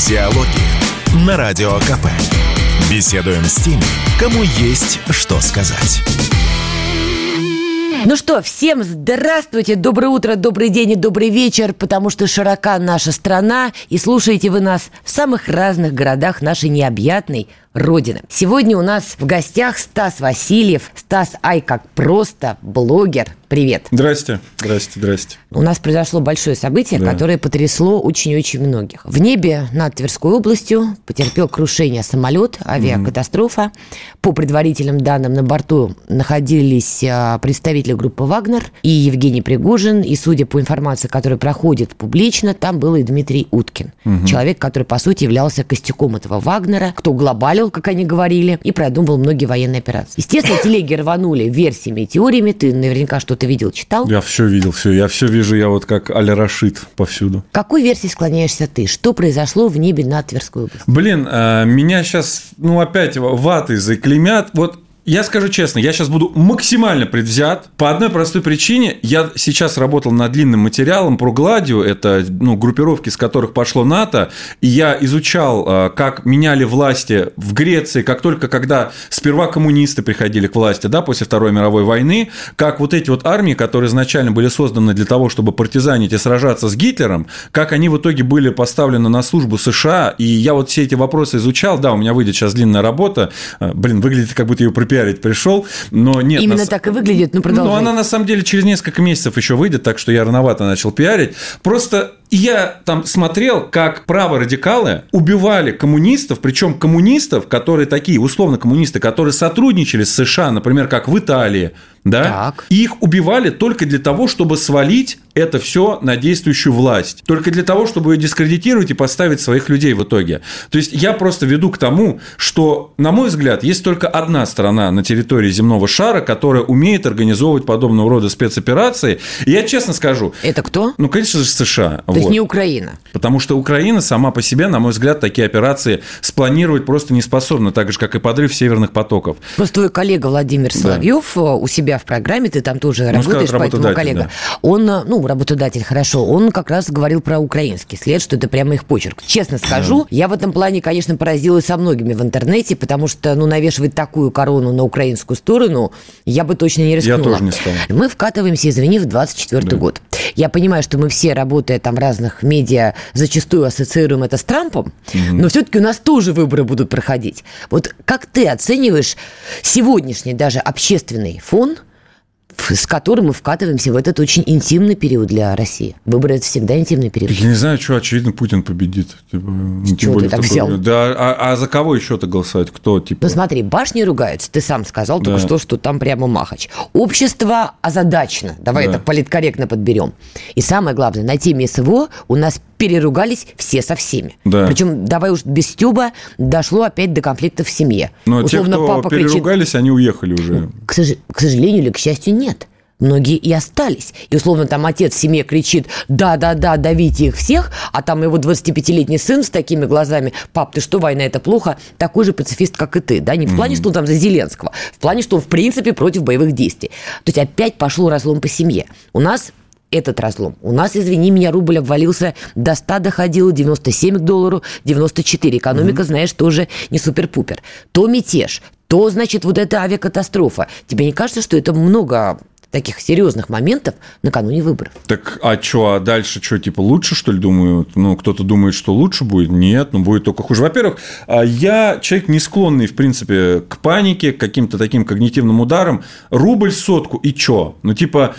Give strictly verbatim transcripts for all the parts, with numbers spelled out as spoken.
Диалоги на Радио КП. Беседуем с теми, кому есть что сказать. Ну что, всем здравствуйте, доброе утро, добрый день и добрый вечер, потому что широка наша страна, и слушаете вы нас в самых разных городах нашей необъятной Родины. Сегодня у нас в гостях Стас Васильев. Стас, ай, как просто, блогер. Привет. Здрасте, здрасте, здрасте. У нас произошло большое событие, да. которое потрясло очень-очень многих. В небе над Тверской областью потерпел крушение самолет, авиакатастрофа. Mm-hmm. По предварительным данным, на борту находились представители группы «Вагнер» и Евгений Пригожин. И, судя по информации, которая проходит публично, там был и Дмитрий Уткин. Mm-hmm. Человек, который, по сути, являлся костяком этого «Вагнера», кто глобалил, как они говорили, и продумывал многие военные операции. Естественно, телеги рванули версиями и теориями. Ты наверняка что-то видел, читал? Я все видел, все. Я все вижу, я вот как а-ля Рашид повсюду. К какой версии склоняешься ты? Что произошло в небе над Тверской областью? Блин, а, меня сейчас, ну, опять ватой заклеймят. Вот я скажу честно, я сейчас буду максимально предвзят по одной простой причине. Я сейчас работал над длинным материалом про Гладио, это ну, группировки, с которых пошло НАТО, и я изучал, как меняли власти в Греции, как только когда сперва коммунисты приходили к власти, да, после Второй мировой войны, как вот эти вот армии, которые изначально были созданы для того, чтобы партизанить и сражаться с Гитлером, как они в итоге были поставлены на службу США, и я вот все эти вопросы изучал, да, у меня выйдет сейчас длинная работа, блин, выглядит, как будто ее пропиарили, пришел, но нет. Именно нас... так и выглядит, ну продолжай. Но она на самом деле через несколько месяцев еще выйдет, так что я рановато начал пиарить. Просто я там смотрел, как праворадикалы убивали коммунистов, причем коммунистов, которые такие, условно коммунисты, которые сотрудничали с США, например, как в Италии, да, так. И их убивали только для того, чтобы свалить это все на действующую власть, только для того, чтобы ее дискредитировать и поставить своих людей в итоге. То есть я просто веду к тому, что, на мой взгляд, есть только одна страна на территории земного шара, которая умеет организовывать подобного рода спецоперации. И я честно скажу. Это кто? Ну, конечно же, США. То вот. есть не Украина. Потому что Украина сама по себе, на мой взгляд, такие операции спланировать просто не способна, так же, как и подрыв северных потоков. Просто твой коллега Владимир Соловьев да. у себя в программе, ты там тоже ну, работаешь, поэтому коллега, да. он, ну, работодатель, хорошо, он как раз говорил про украинский след, что это прямо их почерк. Честно скажу, да. я в этом плане, конечно, поразилась со многими в интернете, потому что, ну, навешивать такую корону на украинскую сторону я бы точно не рискнула. Я тоже не стал. Мы вкатываемся, извини, в двадцать четвёртый да. год. Я понимаю, что мы все, работая там в разных медиа, зачастую ассоциируем это с Трампом, угу. но все-таки у нас тоже выборы будут проходить. Вот как ты оцениваешь сегодняшний даже общественный фон, с которым мы вкатываемся в этот очень интимный период для России? Выборы – это всегда интимный период. Я не знаю, что, очевидно, Путин победит. Типа, чего ты так такой... взял? Да, а, а за кого еще-то голосовать? Кто, типа? Ну, смотри, башни ругаются. Ты сам сказал да. только что, что там прямо махач. Общество озадачено. Давай да. это политкорректно подберем. И самое главное, на теме СВО у нас переругались все со всеми. Да. Причем, давай уж без стёба, дошло опять до конфликтов в семье. Но условно, те, кто папа переругались, кричит... они уехали уже. К, сож... к сожалению или к счастью, нет. Многие и остались. И, условно, там отец в семье кричит: да-да-да, давите их всех, а там его двадцатипятилетний сын с такими глазами: пап, ты что, война – это плохо? Такой же пацифист, как и ты. Да? Не в плане, mm-hmm. что он там за Зеленского, в плане, что он, в принципе, против боевых действий. То есть опять пошло разлом по семье. У нас этот разлом. У нас, извини меня, рубль обвалился, до ста доходило, девяносто семь к доллару, девяносто четыре. Экономика, mm-hmm. знаешь, тоже не супер-пупер. То мятеж, то, значит, вот эта авиакатастрофа. Тебе не кажется, что это много таких серьезных моментов накануне выборов? Так, а что, а дальше что, типа лучше, что ли, думаю? Ну, кто-то думает, что лучше будет? Нет, ну, будет только хуже. Во-первых, я человек не склонный, в принципе, к панике, к каким-то таким когнитивным ударам. Рубль сотку, и чё? Ну, типа,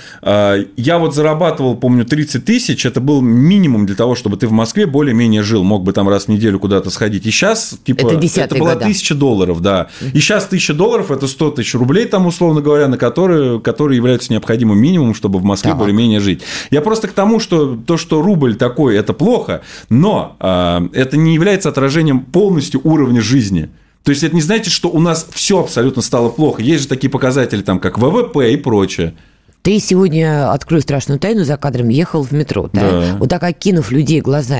я вот зарабатывал, помню, тридцать тысяч, это был минимум для того, чтобы ты в Москве более-менее жил, мог бы там раз в неделю куда-то сходить. И сейчас, типа, это, это была тысяча долларов, да. И сейчас тысяча долларов – это сто тысяч рублей, там, условно говоря, на которые, которые являются необходимым минимумом, чтобы в Москве так. более-менее жить. Я просто к тому, что то, что рубль такой, это плохо, но э, это не является отражением полностью уровня жизни. То есть это не значит, что у нас все абсолютно стало плохо. Есть же такие показатели, там, как вэ вэ пэ и прочее. Ты сегодня, открою страшную тайну, за кадром ехал в метро, да? Да. Вот так окинув людей глазами,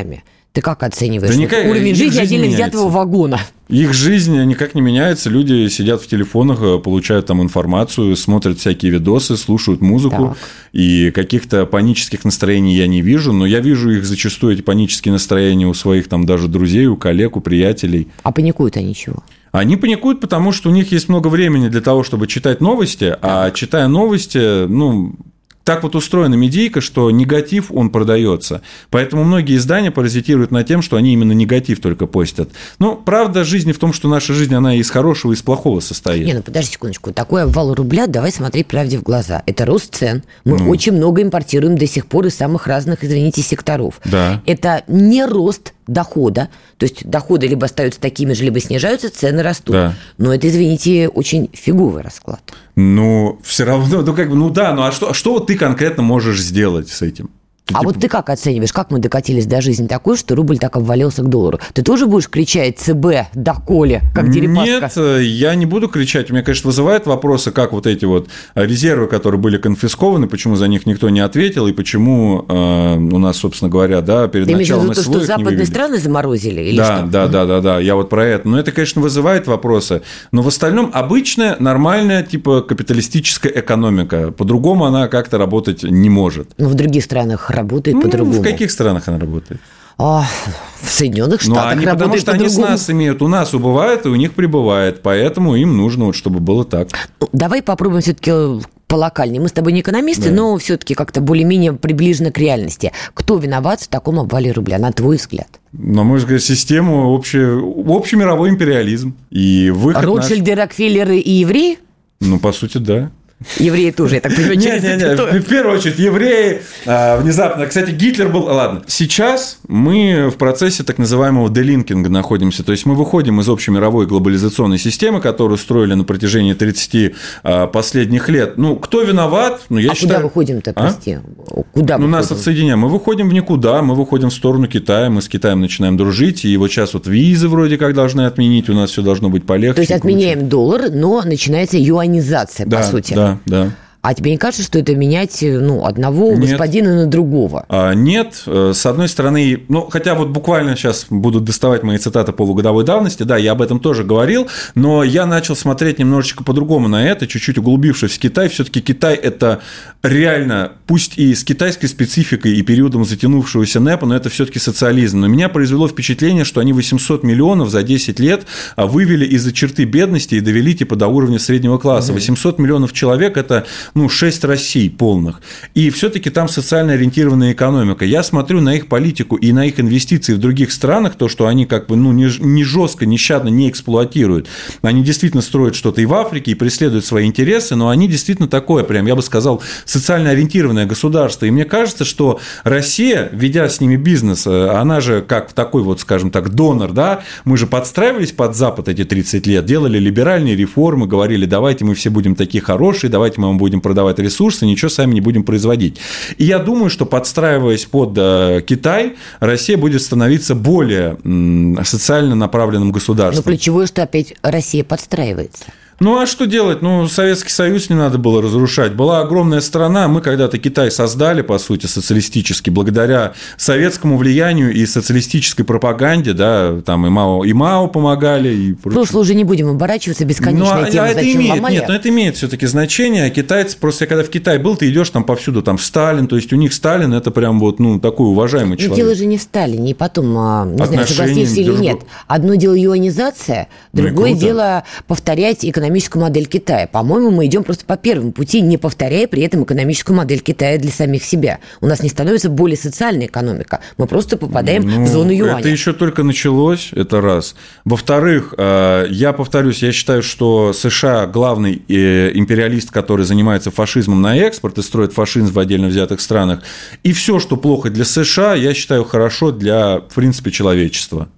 Ты как оцениваешь Да никак, уровень жизни жизнь отдельно меняется. взятого вагона? Их жизнь никак не меняется. Люди сидят в телефонах, получают там информацию, смотрят всякие видосы, слушают музыку. Так. И каких-то панических настроений я не вижу. Но я вижу их зачастую, эти панические настроения у своих там даже друзей, у коллег, у приятелей. А паникуют они чего? Они паникуют, потому что у них есть много времени для того, чтобы читать новости. А читая новости, ну... Так вот устроена медийка, что негатив, он продается. Поэтому многие издания паразитируют на тем, что они именно негатив только постят. Но правда жизни в том, что наша жизнь, она из хорошего, и из плохого состоит. Не, ну подожди секундочку. Такой обвал рубля, давай смотреть правде в глаза. Это рост цен. Мы Ну. очень много импортируем до сих пор из самых разных, извините, секторов. Да. Это не рост дохода. То есть доходы либо остаются такими же, либо снижаются, цены растут. Да. Но это, извините, очень фиговый расклад. Ну, все равно, ну как бы, ну да, ну а что, а что вот ты конкретно можешь сделать с этим? Ты, А типа... вот ты как оцениваешь, как мы докатились до жизни такой, что рубль так обвалился к доллару? Ты тоже будешь кричать ЦБ доколе, как Дерипаска? Нет, я не буду кричать. У меня, конечно, вызывает вопросы, как вот эти вот резервы, которые были конфискованы, почему за них никто не ответил, и почему э, у нас, собственно говоря, да, перед Ты имеешь в началом виду то, СВО что их не западные вывели. страны заморозили? Или Да, что? да, да, да, да, я вот про это. Но это, конечно, вызывает вопросы. Но в остальном обычная, нормальная, типа капиталистическая экономика. По-другому она как-то работать не может. Ну, в других странах работает Ну, по-другому. в каких странах она работает? А, в Соединенных Ну, Штатах они, работает потому что они с по-другому. нас имеют, у нас убывает, и у них прибывает. Поэтому им нужно, вот, чтобы было так. Ну, давай попробуем все-таки полокальнее. Мы с тобой не экономисты, Да. но все-таки как-то более-менее приближено к реальности. Кто виноват в таком обвале рубля, на твой взгляд? На мой взгляд, систему общий, общемировой империализм. И выход наш- Ротшильды, Рокфеллеры и евреи? Ну, по сути, да. Евреи тоже, я так понимаю, через Не-не-не, запятую. в первую очередь евреи, а, внезапно. Кстати, Гитлер был... Ладно, сейчас мы в процессе так называемого делинкинга находимся. То есть мы выходим из общемировой глобализационной системы, которую строили на протяжении тридцати а, последних лет. Ну, кто виноват? Ну, я А считаю... куда выходим-то, А? прости? Куда Ну, выходим? нас отсоединяем. Мы выходим в никуда, мы выходим в сторону Китая, мы с Китаем начинаем дружить, и вот сейчас вот визы вроде как должны отменить, у нас все должно быть полегче. То есть и отменяем круче. доллар, но начинается юанизация, Да, по сути. да, да. А тебе не кажется, что это менять ну, одного Нет. господина на другого? А, Нет, э, с одной стороны, ну, хотя вот буквально сейчас будут доставать мои цитаты полугодовой давности, да, я об этом тоже говорил, но я начал смотреть немножечко по-другому на это, чуть-чуть углубившись в Китай. Все-таки Китай – это реально, пусть и с китайской спецификой и периодом затянувшегося НЭПа, но это все-таки социализм. Но меня произвело впечатление, что они восемьсот миллионов за десять лет вывели из-за черты бедности и довели типа до уровня среднего класса. восемьсот миллионов человек – это ну, шесть Россий полных. И все-таки там социально ориентированная экономика. Я смотрю на их политику и на их инвестиции в других странах, то, что они как бы ну, не, не жестко, нещадно не эксплуатируют. Они действительно строят что-то и в Африке, и преследуют свои интересы, но они действительно такое, прям, я бы сказал, социально ориентированное государство. И мне кажется, что Россия, ведя с ними бизнес, она же как такой вот, скажем так, донор, да, мы же подстраивались под Запад эти тридцать лет, делали либеральные реформы, говорили, давайте мы все будем такие хорошие, давайте мы вам будем продавать ресурсы, ничего сами не будем производить. И я думаю, что подстраиваясь под Китай, Россия будет становиться более социально направленным государством. Но ключевое, что опять Россия подстраивается. Ну, а что делать? Ну, Советский Союз не надо было разрушать. Была огромная страна, мы когда-то Китай создали, по сути, социалистически, благодаря советскому влиянию и социалистической пропаганде, да, там и Мао, и Мао помогали. И В прошлое уже не будем оборачиваться, бесконечная ну, тема, а это зачем имеет, ломали? нет, но это имеет все-таки значение. А китайцы, просто я когда в Китае был, ты идешь там повсюду, там Сталин, то есть у них Сталин это прям вот, ну, такой уважаемый Но человек. дело же не в Сталине, и потом, а, не знаю, Отношения согласишься или друг- нет. Одно дело юанизация, Ну и другое круто. дело повторять экономическую модель Китая. По-моему, мы идем просто по первому пути, не повторяя при этом экономическую модель Китая для самих себя. У нас не становится более социальная экономика, мы просто попадаем Ну, в зону юаня. это еще только началось, это раз. Во-вторых, я повторюсь, я считаю, что США главный империалист, который занимается фашизмом на экспорт и строит фашизм в отдельно взятых странах. И все, что плохо для США, я считаю хорошо для, в принципе, человечества.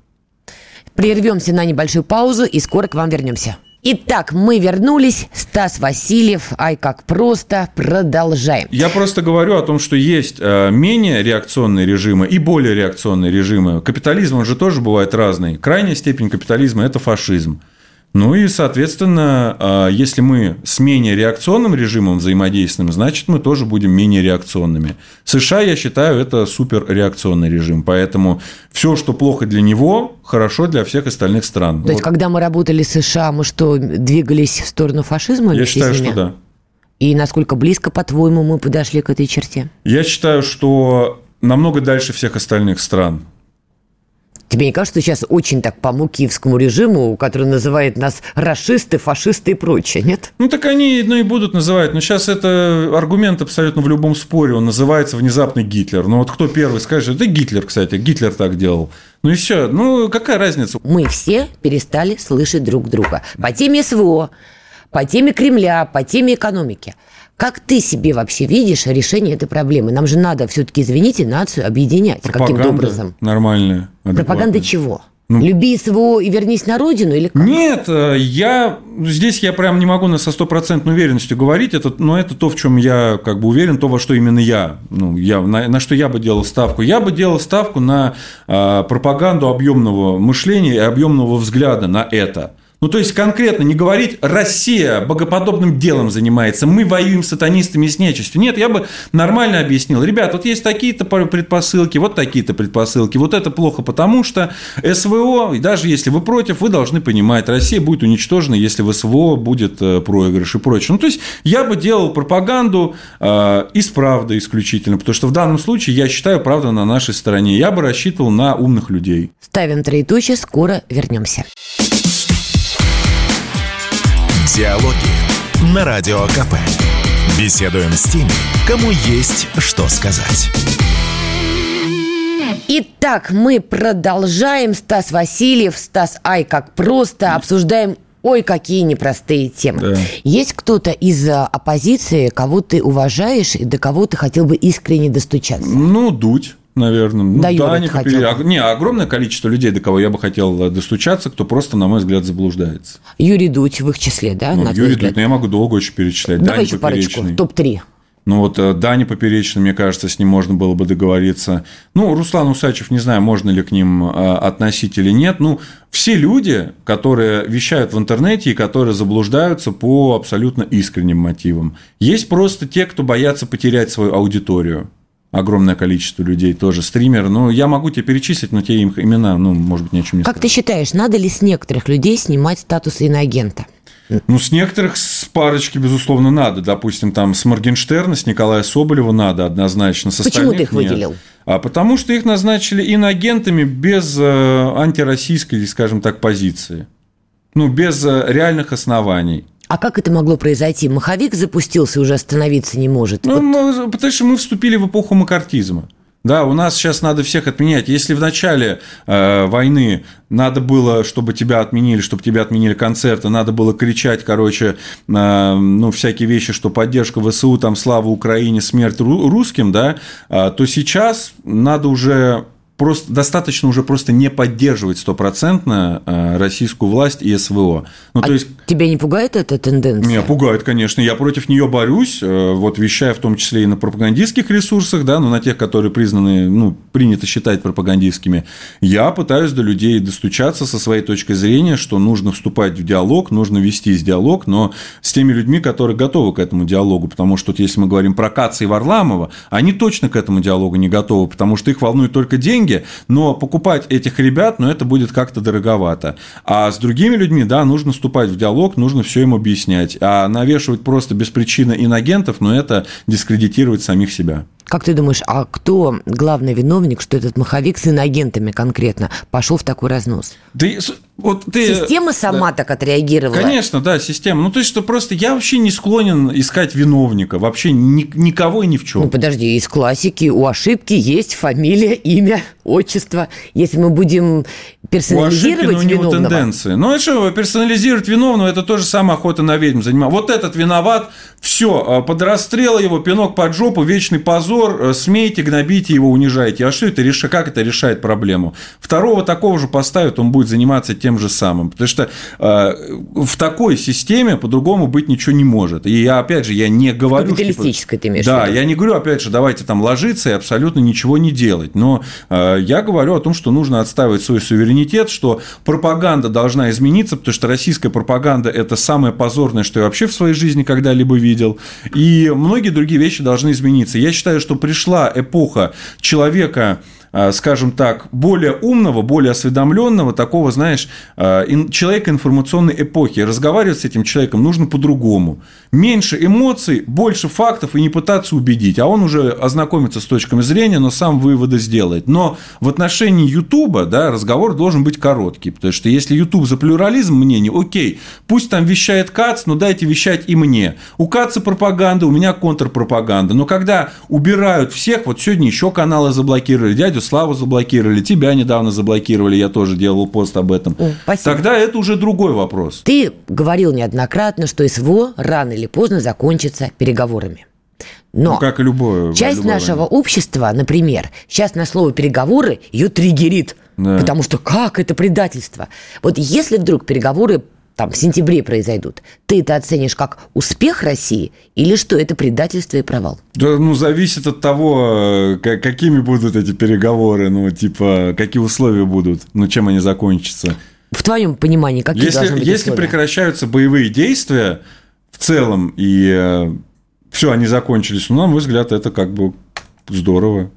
Прервемся на небольшую паузу и скоро к вам вернемся. Итак, мы вернулись. Стас Васильев, ай, как просто. Продолжаем. Я просто говорю о том, что есть менее реакционные режимы и более реакционные режимы. Капитализм, он же тоже бывает разный. Крайняя степень капитализма – это фашизм. Ну и, соответственно, если мы с менее реакционным режимом взаимодействуем, значит, мы тоже будем менее реакционными. США, я считаю, это суперреакционный режим, поэтому все, что плохо для него, хорошо для всех остальных стран. То вот. Есть, когда мы работали с США, мы что, двигались в сторону фашизма? Я считаю, что да. И насколько близко, по-твоему, мы подошли к этой черте? Я считаю, что намного дальше всех остальных стран. Тебе не кажется, что сейчас очень так по киевскому режиму, который называет нас рашисты, фашисты и прочее, нет? Ну, так они ну, и будут называть. Но сейчас это аргумент абсолютно в любом споре. Он называется внезапный Гитлер. Ну, вот кто первый скажет, да Гитлер, кстати, Гитлер так делал. Ну и все. Ну, какая разница? Мы все перестали слышать друг друга. По теме СВО, по теме Кремля, по теме экономики. Как ты себе вообще видишь решение этой проблемы? Нам же надо все-таки, извините, нацию объединять каким-то образом. Нормальная. Пропаганда чего? Ну, люби СВО и вернись на родину или как? Нет, я здесь я прям не могу со стопроцентной уверенностью говорить, это, но это то, в чем я как бы уверен, то, во что именно я, ну, я на, на что я бы делал ставку. Я бы делал ставку на а, пропаганду объемного мышления и объемного взгляда на это. Ну, то есть, конкретно не говорить, Россия богоподобным делом занимается, мы воюем с сатанистами и с нечистью. Нет, я бы нормально объяснил. Ребят, вот есть такие-то предпосылки, вот такие-то предпосылки. Вот это плохо, потому что СВО, и даже если вы против, вы должны понимать, Россия будет уничтожена, если в СВО будет проигрыш и прочее. Ну, то есть, я бы делал пропаганду э, из правды исключительно, потому что в данном случае, я считаю, правда на нашей стороне. Я бы рассчитывал на умных людей. Ставим троеточие, скоро вернемся. Диалоги на Радио КП. Беседуем с теми, кому есть что сказать. Итак, мы продолжаем. Стас Васильев, Стас Ай, как просто, обсуждаем ой, какие непростые темы. Да. Есть кто-то из оппозиции, кого ты уважаешь и до кого ты хотел бы искренне достучаться? Ну, Дудь. Наверное. Ну, да, да, не, попер... не, огромное количество людей, до кого я бы хотел достучаться, кто просто, на мой взгляд, заблуждается. Юрий Дудь в их числе, да? Ну, Юрий Дудь, ну, я могу долго очень перечислять. Давай Даня еще парочку, топ три. Ну, вот Даня Поперечный, мне кажется, с ним можно было бы договориться. Ну, Руслан Усачев, не знаю, можно ли к ним относить или нет. Ну, все люди, которые вещают в интернете и которые заблуждаются по абсолютно искренним мотивам. Есть просто те, кто боятся потерять свою аудиторию. Огромное количество людей тоже, стримеры. Ну, я могу тебе перечислить, но те им имена, ну, может быть, ни о чем не Как скажу. Ты считаешь, надо ли с некоторых людей снимать статус иноагента? Ну, с некоторых с парочки, безусловно, надо. Допустим, там с Моргенштерна, с Николая Соболева надо однозначно. С Почему ты их нет. выделил? А потому что их назначили иноагентами без антироссийской, скажем так, позиции. Ну, без реальных оснований. А как это могло произойти? Маховик запустился, уже остановиться не может. Ну, вот. мы, потому что мы вступили в эпоху маккартизма. Да, у нас сейчас надо всех отменять. Если в начале э, войны надо было, чтобы тебя отменили, чтобы тебя отменили концерты, надо было кричать, короче, э, ну, всякие вещи, что поддержка ВСУ, там, слава Украине, смерть русским, да, э, то сейчас надо уже... Просто, достаточно уже просто не поддерживать стопроцентно российскую власть и СВО. Ну, а то есть... тебя не пугает эта тенденция? Меня пугает, конечно. Я против нее борюсь, вот, вещая в том числе и на пропагандистских ресурсах, да, но на тех, которые признаны, ну, принято считать пропагандистскими. Я пытаюсь до людей достучаться со своей точки зрения, что нужно вступать в диалог, нужно вести диалог, но с теми людьми, которые готовы к этому диалогу. Потому что, вот, если мы говорим про Каца и Варламова, они точно к этому диалогу не готовы, потому что их волнуют только деньги. Но покупать этих ребят, ну, это будет как-то дороговато. А с другими людьми, да, нужно вступать в диалог, нужно все им объяснять. А навешивать просто без причины иноагентов, ну, это дискредитировать самих себя. Как ты думаешь, а кто главный виновник, что этот маховик с иноагентами конкретно пошел в такой разнос? Ты, вот ты, система сама да, так отреагировала? Конечно, да, система. Ну, то есть, что просто я вообще не склонен искать виновника, вообще ни, никого и ни в чем. Ну, подожди, из классики у ошибки есть фамилия, имя, отчество. Если мы будем персонализировать у ошибки, но виновного... у него тенденции. Ну, это что, персонализировать виновного, это то же самое охота на ведьм занимать. Вот этот виноват, все, под расстрел его, пинок под жопу, вечный позор, позор, смейте, гнобите его, унижайте. А что это решает? Как это решает проблему? Второго такого же поставят, он будет заниматься тем же самым. Потому что э, в такой системе по-другому быть ничего не может. И я, опять же, я не говорю... Капиталистической что, ты имеешь да, в виду? я не говорю, опять же, давайте там ложиться и абсолютно ничего не делать. Но э, я говорю о том, что нужно отстаивать свой суверенитет, что пропаганда должна измениться, потому что российская пропаганда – это самое позорное, что я вообще в своей жизни когда-либо видел. И многие другие вещи должны измениться. Я считаю, что пришла эпоха человека, скажем так, более умного, более осведомленного, такого, знаешь, человека информационной эпохи. Разговаривать с этим человеком нужно по-другому. Меньше эмоций, больше фактов и не пытаться убедить. А он уже ознакомится с точками зрения, но сам выводы сделает. Но в отношении Ютуба, да, разговор должен быть короткий. Потому что если Ютуб за плюрализм мнений, окей, пусть там вещает Кац, но дайте вещать и мне. У Каца пропаганда, у меня контрпропаганда. Но когда убирают всех, вот сегодня еще каналы заблокировали, дядю Славу заблокировали, тебя недавно заблокировали, я тоже делал пост об этом. Спасибо. Тогда это уже другой вопрос. Ты говорил неоднократно, что СВО рано или поздно закончится переговорами. Но ну, как и любое, часть любое нашего война. общества, например, сейчас на слово «переговоры» ее триггерит, да. Потому что как это предательство? Вот если вдруг переговоры там в сентябре произойдут, ты это оценишь как успех России или что это предательство и провал? Да, ну, зависит от того, какими будут эти переговоры, ну, типа, какие условия будут, ну, чем они закончатся. В твоем понимании, какие если, должны быть если условия? прекращаются боевые действия в целом, и э, все, они закончились, ну, на мой взгляд, это как бы здорово.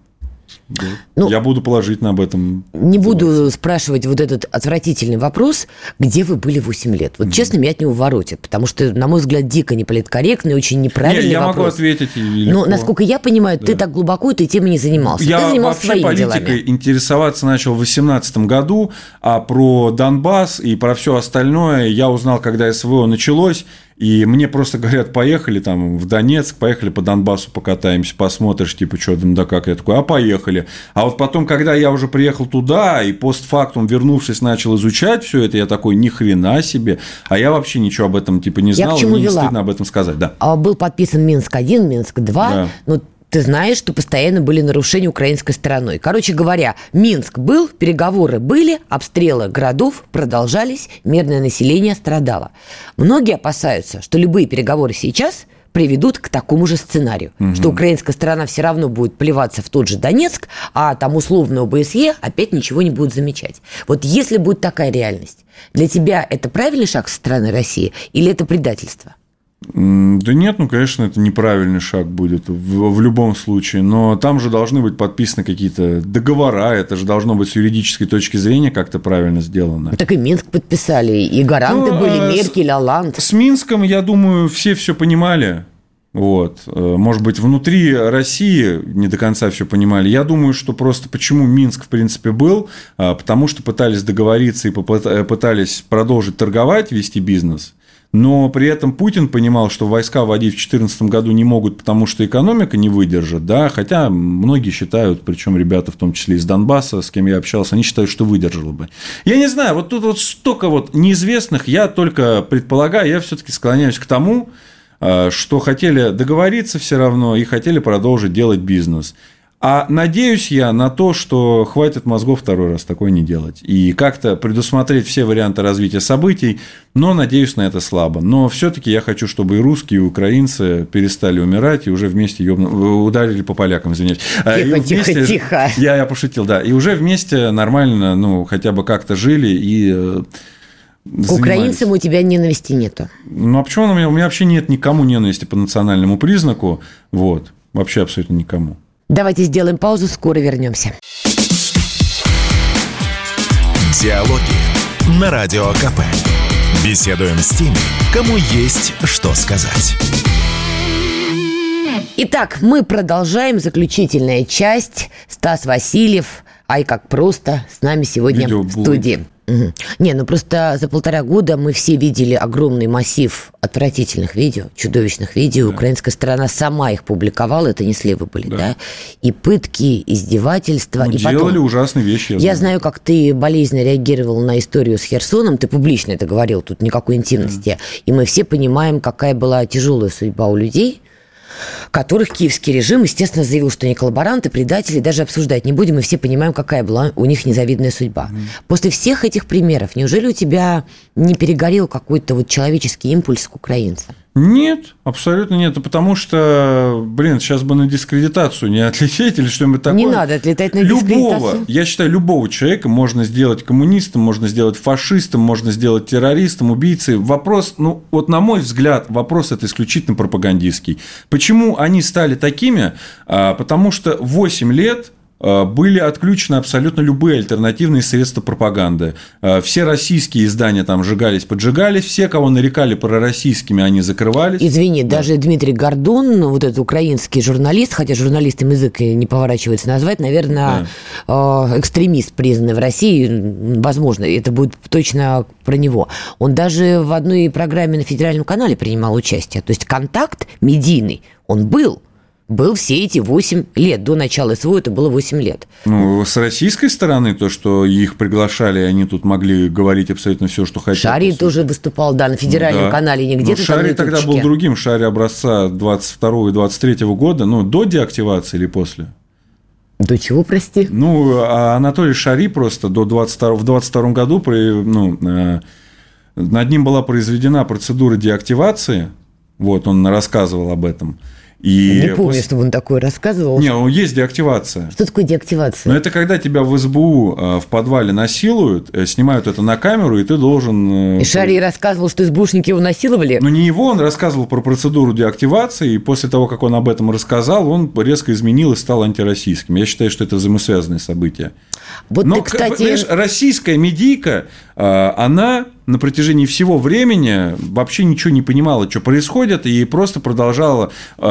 Ну, я буду положительно об этом. Не буду спрашивать вот этот отвратительный вопрос, где вы были восемь лет. Вот, mm-hmm. честно, меня от него воротит, потому что, на мой взгляд, дико неполиткорректный, очень неправильный не, я вопрос. Я могу ответить легко. Но, насколько я понимаю, да. ты так глубоко этой темой не занимался. Я ты занимался вообще своими политикой делами. интересоваться начал в две тысячи восемнадцатом году, а про Донбасс и про все остальное я узнал, когда СВО началось. И мне просто говорят, поехали там в Донецк, поехали по Донбассу покатаемся, посмотришь, типа, что там, да как, я такой, а поехали. А вот потом, когда я уже приехал туда и постфактум, вернувшись, начал изучать все это, я такой, ни хрена себе, а я вообще ничего об этом, типа, не знал, и мне не стыдно об этом сказать, да. Был подписан Минск один, Минск два, да. но ты знаешь, что постоянно были нарушения украинской стороной. Короче говоря, Минск был, переговоры были, обстрелы городов продолжались, мирное население страдало. Многие опасаются, что любые переговоры сейчас приведут к такому же сценарию, угу. что украинская сторона все равно будет плеваться в тот же Донецк, а там условно ОБСЕ опять ничего не будет замечать. Вот если будет такая реальность, для тебя это правильный шаг со стороны России или это предательство? Да нет, ну, конечно, это неправильный шаг будет в, в любом случае, но там же должны быть подписаны какие-то договора, это же должно быть с юридической точки зрения как-то правильно сделано. Ну, так и Минск подписали, и гаранты ну, были, а Меркель, Оланд. С, с Минском, я думаю, все все понимали. Вот. Может быть, внутри России не до конца все понимали. Я думаю, что просто почему Минск, в принципе, был, потому что пытались договориться и пытались продолжить торговать, вести бизнес. Но при этом Путин понимал, что войска вводить в две тысячи четырнадцатом году не могут, потому что экономика не выдержит, да, хотя многие считают, причем ребята, в том числе из Донбасса, с кем я общался, они считают, что выдержала бы. Я не знаю, вот тут вот столько вот неизвестных, я только предполагаю, я все-таки склоняюсь к тому, что хотели договориться все равно и хотели продолжить делать бизнес. А надеюсь я на то, что хватит мозгов второй раз такое не делать. И как-то предусмотреть все варианты развития событий, но надеюсь на это слабо. Но все-таки я хочу, чтобы и русские, и украинцы перестали умирать, и уже вместе ёбну... ударили по полякам, извиняюсь. Тихо, и тихо, вместе... тихо. Я, я пошутил, да. И уже вместе нормально, ну, хотя бы как-то жили и... К украинцам у тебя ненависти нету. Ну, а почему у меня, у меня вообще нет никому ненависти по национальному признаку? Вот. Вообще абсолютно никому. Давайте сделаем паузу, скоро вернемся. Диалоги на Радио КП. Беседуем с теми, кому есть что сказать. Итак, мы продолжаем заключительная часть. Стас Васильев, ай, как просто, с нами сегодня в студии. Угу. Не, ну просто за полтора года мы все видели огромный массив отвратительных видео, чудовищных видео. Да. Украинская сторона сама их публиковала, это не слевы были, да? да? И пытки, издевательства. Ну, и делали потом... ужасные вещи. Я, я знаю, как ты болезненно реагировал на историю с Херсоном, ты публично это говорил, тут никакой интимности. Да. И мы все понимаем, какая была тяжелая судьба у людей. которых киевский режим, естественно, заявил, что они коллаборанты, предатели, даже обсуждать не будем, и все понимаем, какая была у них незавидная судьба. Mm. После всех этих примеров, неужели у тебя не перегорел какой-то вот человеческий импульс к украинцам? Нет, абсолютно нет, потому что, блин, сейчас бы на дискредитацию не отлететь или что-нибудь такое. Не надо отлетать на любого, дискредитацию. Я считаю, любого человека можно сделать коммунистом, можно сделать фашистом, можно сделать террористом, убийцей. Вопрос, ну, вот на мой взгляд, вопрос это исключительно пропагандистский. Почему они стали такими? Потому что восемь лет были отключены абсолютно любые альтернативные средства пропаганды. Все российские издания там сжигались, поджигались, все, кого нарекали пророссийскими, они закрывались. Извини, да. Даже Дмитрий Гордон, вот этот украинский журналист, хотя журналистом язык не поворачивается назвать, наверное, да. экстремист, признанный в России, возможно, это будет точно про него. Он даже в одной программе на федеральном канале принимал участие. То есть контакт медийный, он был. Был все эти восемь лет. До начала СВО это было восемь лет. Ну, с российской стороны, то, что их приглашали, они тут могли говорить абсолютно все, что хотят. Шарий тоже выступал, да, на федеральном да. канале, не где-то ну, там на Шарий тогда был другим. Шарий образца двадцать второго и двадцать третьего года, ну, до деактивации или после? До чего, прости? Ну, а Анатолий Шарий просто до двадцать второго, в двадцать втором году ну, над ним была произведена процедура деактивации. Вот, он рассказывал об этом. И не помню, после... чтобы он такое рассказывал. Не, ну, есть деактивация. Что такое деактивация? Ну, это когда тебя в СБУ в подвале насилуют, снимают это на камеру, и ты должен... И Шарий рассказывал, что СБУшники его насиловали? Ну, не его, он рассказывал про процедуру деактивации, и после того, как он об этом рассказал, он резко изменил и стал антироссийским. Я считаю, что это взаимосвязанные события. Вот Но, ты, кстати... понимаешь, российская медийка, она на протяжении всего времени вообще ничего не понимала, что происходит, и просто продолжала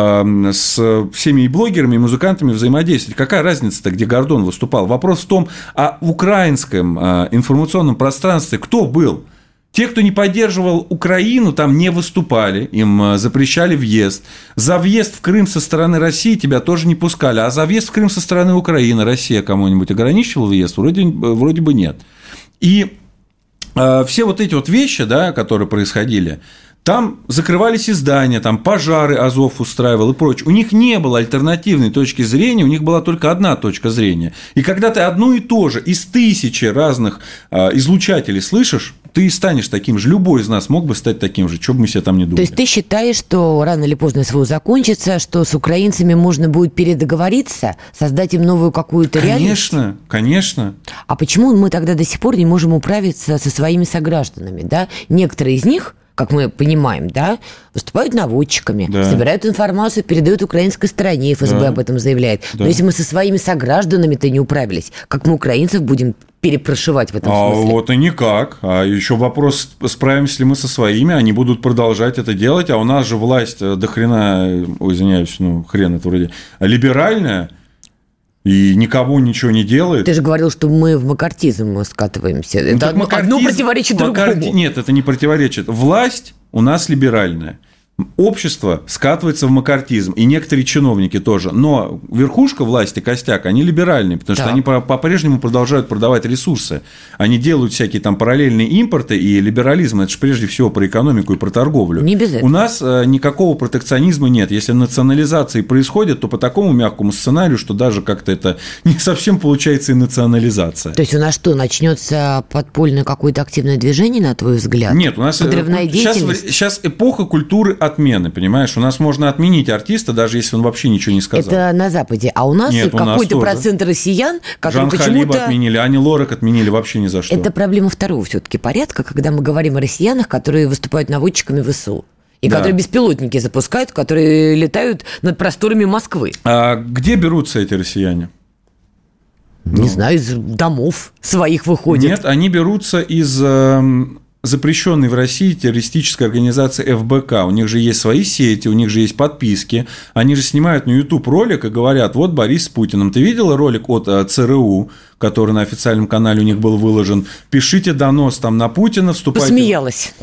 с всеми и блогерами, и музыкантами взаимодействовать. Какая разница-то, где Гордон выступал? Вопрос в том, а в украинском информационном пространстве кто был? Те, кто не поддерживал Украину, там не выступали, им запрещали въезд. За въезд в Крым со стороны России тебя тоже не пускали, а за въезд в Крым со стороны Украины Россия кому-нибудь ограничивала въезд? Вроде, вроде бы нет. И э, все вот эти вот вещи, да, которые происходили, там закрывались издания, там пожары Азов устраивал и прочее. У них не было альтернативной точки зрения, у них была только одна точка зрения. И когда ты одно и то же из тысячи разных э, излучателей слышишь, ты станешь таким же. Любой из нас мог бы стать таким же, что бы мы себе там не думали. То есть ты считаешь, что рано или поздно СВО закончится, что с украинцами можно будет передоговориться, создать им новую какую-то реальность? Конечно, конечно. А почему мы тогда до сих пор не можем управиться со своими согражданами? Да? Некоторые из них, как мы понимаем, да, выступают наводчиками, да. собирают информацию, передают украинской стороне, ФСБ да. об этом заявляет. Да. Но если мы со своими согражданами-то не управились, как мы украинцев будем перепрошивать в этом а смысле? Вот и никак. А еще вопрос, справимся ли мы со своими, они будут продолжать это делать, а у нас же власть до хрена, ой, извиняюсь, ну, хрен это вроде, либеральная, и никого ничего не делает. Ты же говорил, что мы в макартизм скатываемся. Ну, это одно, одно противоречит макар... другому. Нет, это не противоречит. Власть у нас либеральная. Общество скатывается в макартизм, и некоторые чиновники тоже. Но верхушка власти, костяк, они либеральные, потому что да. они по-прежнему продолжают продавать ресурсы. Они делают всякие там параллельные импорты, и либерализм – это же прежде всего про экономику и про торговлю. Не без этого. У нас никакого протекционизма нет. Если национализация происходит, то по такому мягкому сценарию, что даже как-то это не совсем получается и национализация. То есть у нас что, начнется подпольное какое-то активное движение, на твой взгляд? Нет, у нас сейчас, сейчас эпоха культуры отмены, понимаешь? У нас можно отменить артиста, даже если он вообще ничего не сказал. Это на Западе. А у нас Нет, какой-то процент россиян, которые Жан почему-то... Халиба отменили, Ани Лорак отменили вообще ни за что. Это проблема второго все-таки порядка, когда мы говорим о россиянах, которые выступают наводчиками в ВСУ. И да. которые беспилотники запускают, которые летают над просторами Москвы. А где берутся эти россияне? Не ну... знаю, из домов своих выходят. Нет, они берутся из... запрещенной в России террористической организации эф бэ ка. У них же есть свои сети, у них же есть подписки. Они же снимают на YouTube ролик и говорят, вот Борис с Путиным. Ты видела ролик от цэ эр у, который на официальном канале у них был выложен? Пишите донос там на Путина, вступайте... Посмеялась.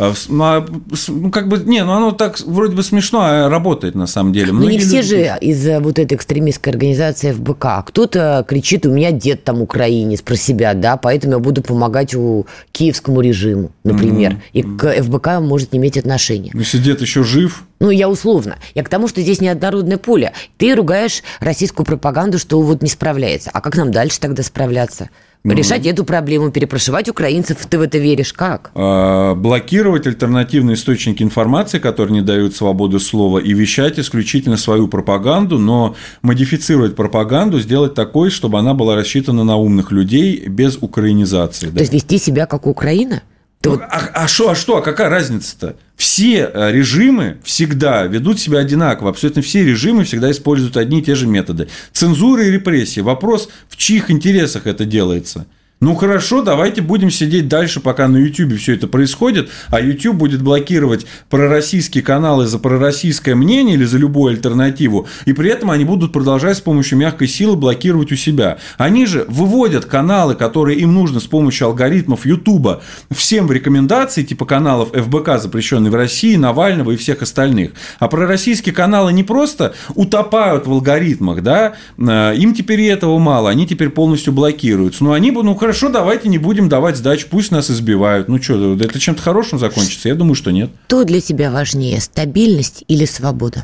Ну, как бы, не, ну оно так вроде бы смешно, а работает на самом деле. Ну, не все люди... же из вот этой экстремистской организации эф бэ ка. Кто-то кричит, у меня дед там украинец, про себя, да, поэтому я буду помогать у киевскому режиму, например. например, Mm-hmm. и к эф бэ ка может не иметь отношения. Если дед еще жив... Ну, я условно. Я к тому, что здесь неоднородное поле. Ты ругаешь российскую пропаганду, что вот не справляется. А как нам дальше тогда справляться? Решать mm-hmm. эту проблему, перепрошивать украинцев, ты в это веришь? Как? А, блокировать альтернативные источники информации, которые не дают свободу слова, и вещать исключительно свою пропаганду, но модифицировать пропаганду, сделать такой, чтобы она была рассчитана на умных людей без украинизации. То да. есть вести себя как Украина? Ну, вот... а, а, шо, а что? А какая разница-то? Все режимы всегда ведут себя одинаково. Абсолютно все режимы всегда используют одни и те же методы. Цензура и репрессии. Вопрос, в чьих интересах это делается? Ну, хорошо, давайте будем сидеть дальше, пока на Ютубе все это происходит, а Ютуб будет блокировать пророссийские каналы за пророссийское мнение или за любую альтернативу, и при этом они будут продолжать с помощью мягкой силы блокировать у себя. Они же выводят каналы, которые им нужно с помощью алгоритмов Ютуба, всем в рекомендации, типа каналов эф бэ ка, запрещенные в России, Навального и всех остальных. А пророссийские каналы не просто утопают в алгоритмах, да, им теперь и этого мало, они теперь полностью блокируются. Но они будут, ну, хорошо, давайте не будем давать сдачу, пусть нас избивают. Ну что, это чем-то хорошим закончится? Я думаю, что нет. Что для тебя важнее, стабильность или свобода?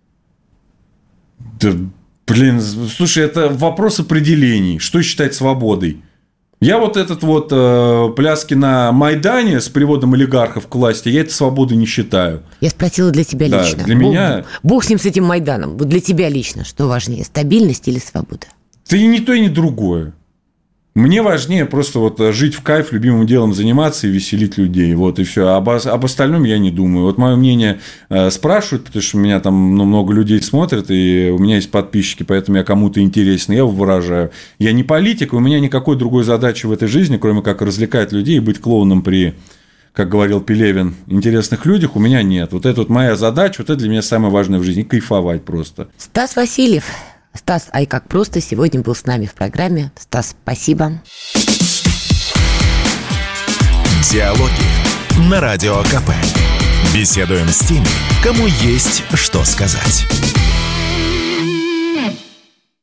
Да, блин, слушай, это вопрос определений. Что считать свободой? Я вот этот вот э, пляски на Майдане с приводом олигархов к власти, я это свободой не считаю. Я спросила для тебя да, лично. Для Бог, меня... Бог с ним, с этим Майданом. Вот для тебя лично что важнее, стабильность или свобода? Да и ни то, и ни другое. Мне важнее просто вот жить в кайф, любимым делом заниматься и веселить людей. Вот и все. Об, об остальном я не думаю. Вот мое мнение э, спрашивают, потому что меня там ну, много людей смотрят, и у меня есть подписчики, поэтому я кому-то интересен, я его выражаю. Я не политик, у меня никакой другой задачи в этой жизни, кроме как развлекать людей и быть клоуном при, как говорил Пелевин, интересных людях, у меня нет. Вот это вот моя задача, вот это для меня самое важное в жизни. Кайфовать просто. Стас Васильев. Стас, ай как просто, сегодня был с нами в программе. Стас, спасибо. Диалоги на Радио ка пэ. Беседуем с теми, кому есть что сказать.